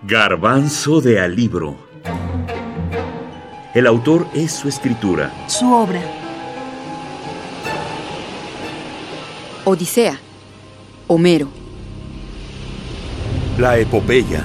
Garbanzo de Alibro. El autor es su escritura. Su obra. Odisea. Homero. La epopeya.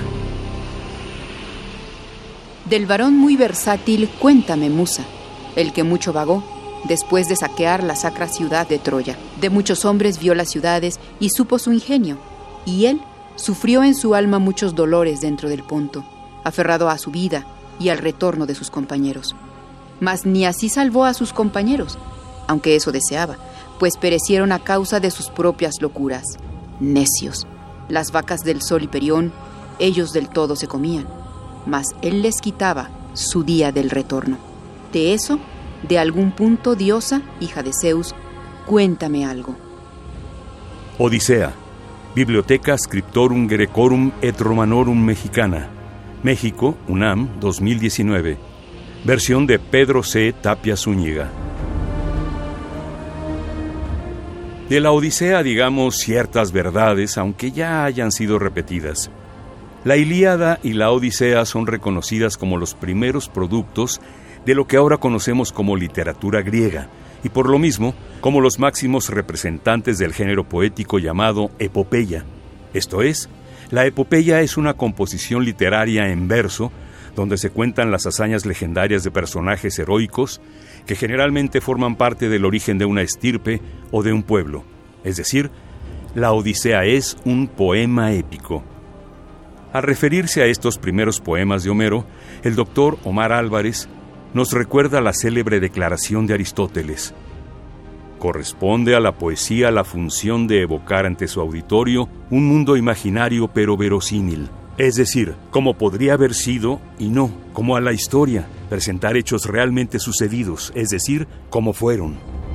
Del varón muy versátil, cuéntame, musa, el que mucho vagó, después de saquear la sacra ciudad de Troya. De muchos hombres vio las ciudades y supo su ingenio, y él sufrió en su alma muchos dolores dentro del Ponto, aferrado a su vida y al retorno de sus compañeros. Mas ni así salvó a sus compañeros, aunque eso deseaba, pues perecieron a causa de sus propias locuras. Necios, las vacas del Sol Hiperión, ellos del todo se comían, mas él les quitaba su día del retorno. De eso, de algún punto, diosa, hija de Zeus, cuéntame algo. Odisea. Bibliotheca Scriptorum Graecorum et Romanorum Mexicana. México, UNAM, 2019. Versión de Pedro C. Tapia Zúñiga. De la Odisea digamos ciertas verdades, aunque ya hayan sido repetidas. La Ilíada y la Odisea son reconocidas como los primeros productos de lo que ahora conocemos como literatura griega, y por lo mismo, como los máximos representantes del género poético llamado epopeya. Esto es, la epopeya es una composición literaria en verso, donde se cuentan las hazañas legendarias de personajes heroicos que generalmente forman parte del origen de una estirpe o de un pueblo. Es decir, la Odisea es un poema épico. Al referirse a estos primeros poemas de Homero, el doctor Omar Álvarez nos recuerda la célebre declaración de Aristóteles. Corresponde a la poesía la función de evocar ante su auditorio un mundo imaginario pero verosímil, es decir, como podría haber sido y no, como a la historia, presentar hechos realmente sucedidos, es decir, como fueron.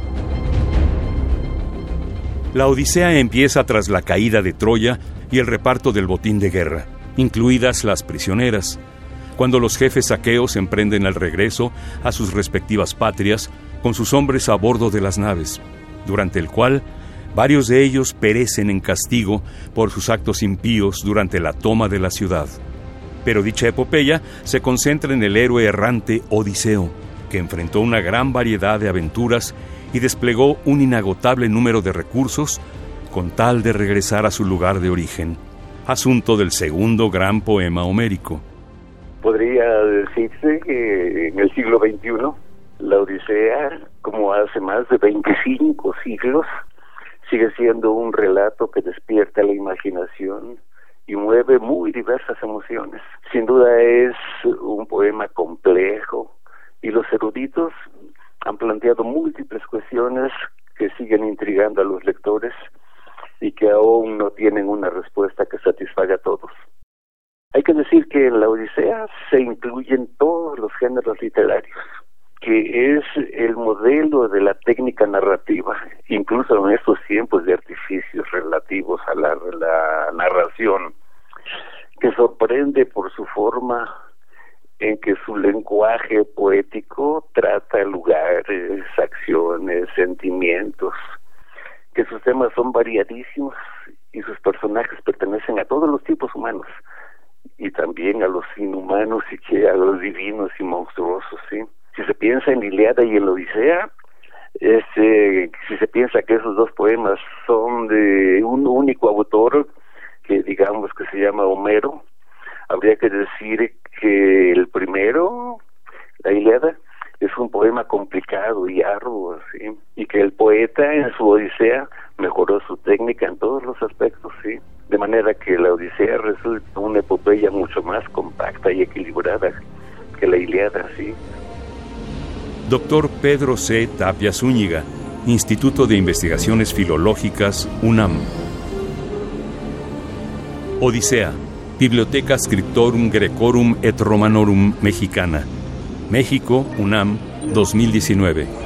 La Odisea empieza tras la caída de Troya y el reparto del botín de guerra, incluidas las prisioneras, cuando los jefes aqueos emprenden el regreso a sus respectivas patrias con sus hombres a bordo de las naves, durante el cual varios de ellos perecen en castigo por sus actos impíos durante la toma de la ciudad. Pero dicha epopeya se concentra en el héroe errante Odiseo, que enfrentó una gran variedad de aventuras y desplegó un inagotable número de recursos con tal de regresar a su lugar de origen, asunto del segundo gran poema homérico. Podría decirse que en el siglo XXI, la Odisea, como hace más de 25 siglos, sigue siendo un relato que despierta la imaginación y mueve muy diversas emociones. Sin duda es un poema complejo y los eruditos han planteado múltiples cuestiones que siguen intrigando a los lectores y que aún no tienen una respuesta que satisfaga a todos. Hay que decir que en la Odisea se incluyen todos los géneros literarios, que es el modelo de la técnica narrativa, incluso en estos tiempos de artificios relativos a la narración, que sorprende por su forma en que su lenguaje poético trata lugares, acciones, sentimientos, que sus temas son variadísimos y sus personajes pertenecen a todos los tipos humanos, y también a los inhumanos y que a los divinos y monstruosos, ¿sí? Si se piensa en Ilíada y en la Odisea, si se piensa que esos dos poemas son de un único autor, que digamos que se llama Homero, habría que decir que el primero, la Ilíada, es un poema complicado y arduo, ¿sí? Y que el poeta en su Odisea mejoró su técnica en todos los aspectos, ¿sí? De manera que la Odisea resulta una epopeya mucho más compacta y equilibrada que la Ilíada, ¿sí? Doctor Pedro C. Tapia Zúñiga, Instituto de Investigaciones Filológicas, UNAM. Odisea. Bibliotheca Scriptorum Graecorum et Romanorum Mexicana. México, UNAM, 2019.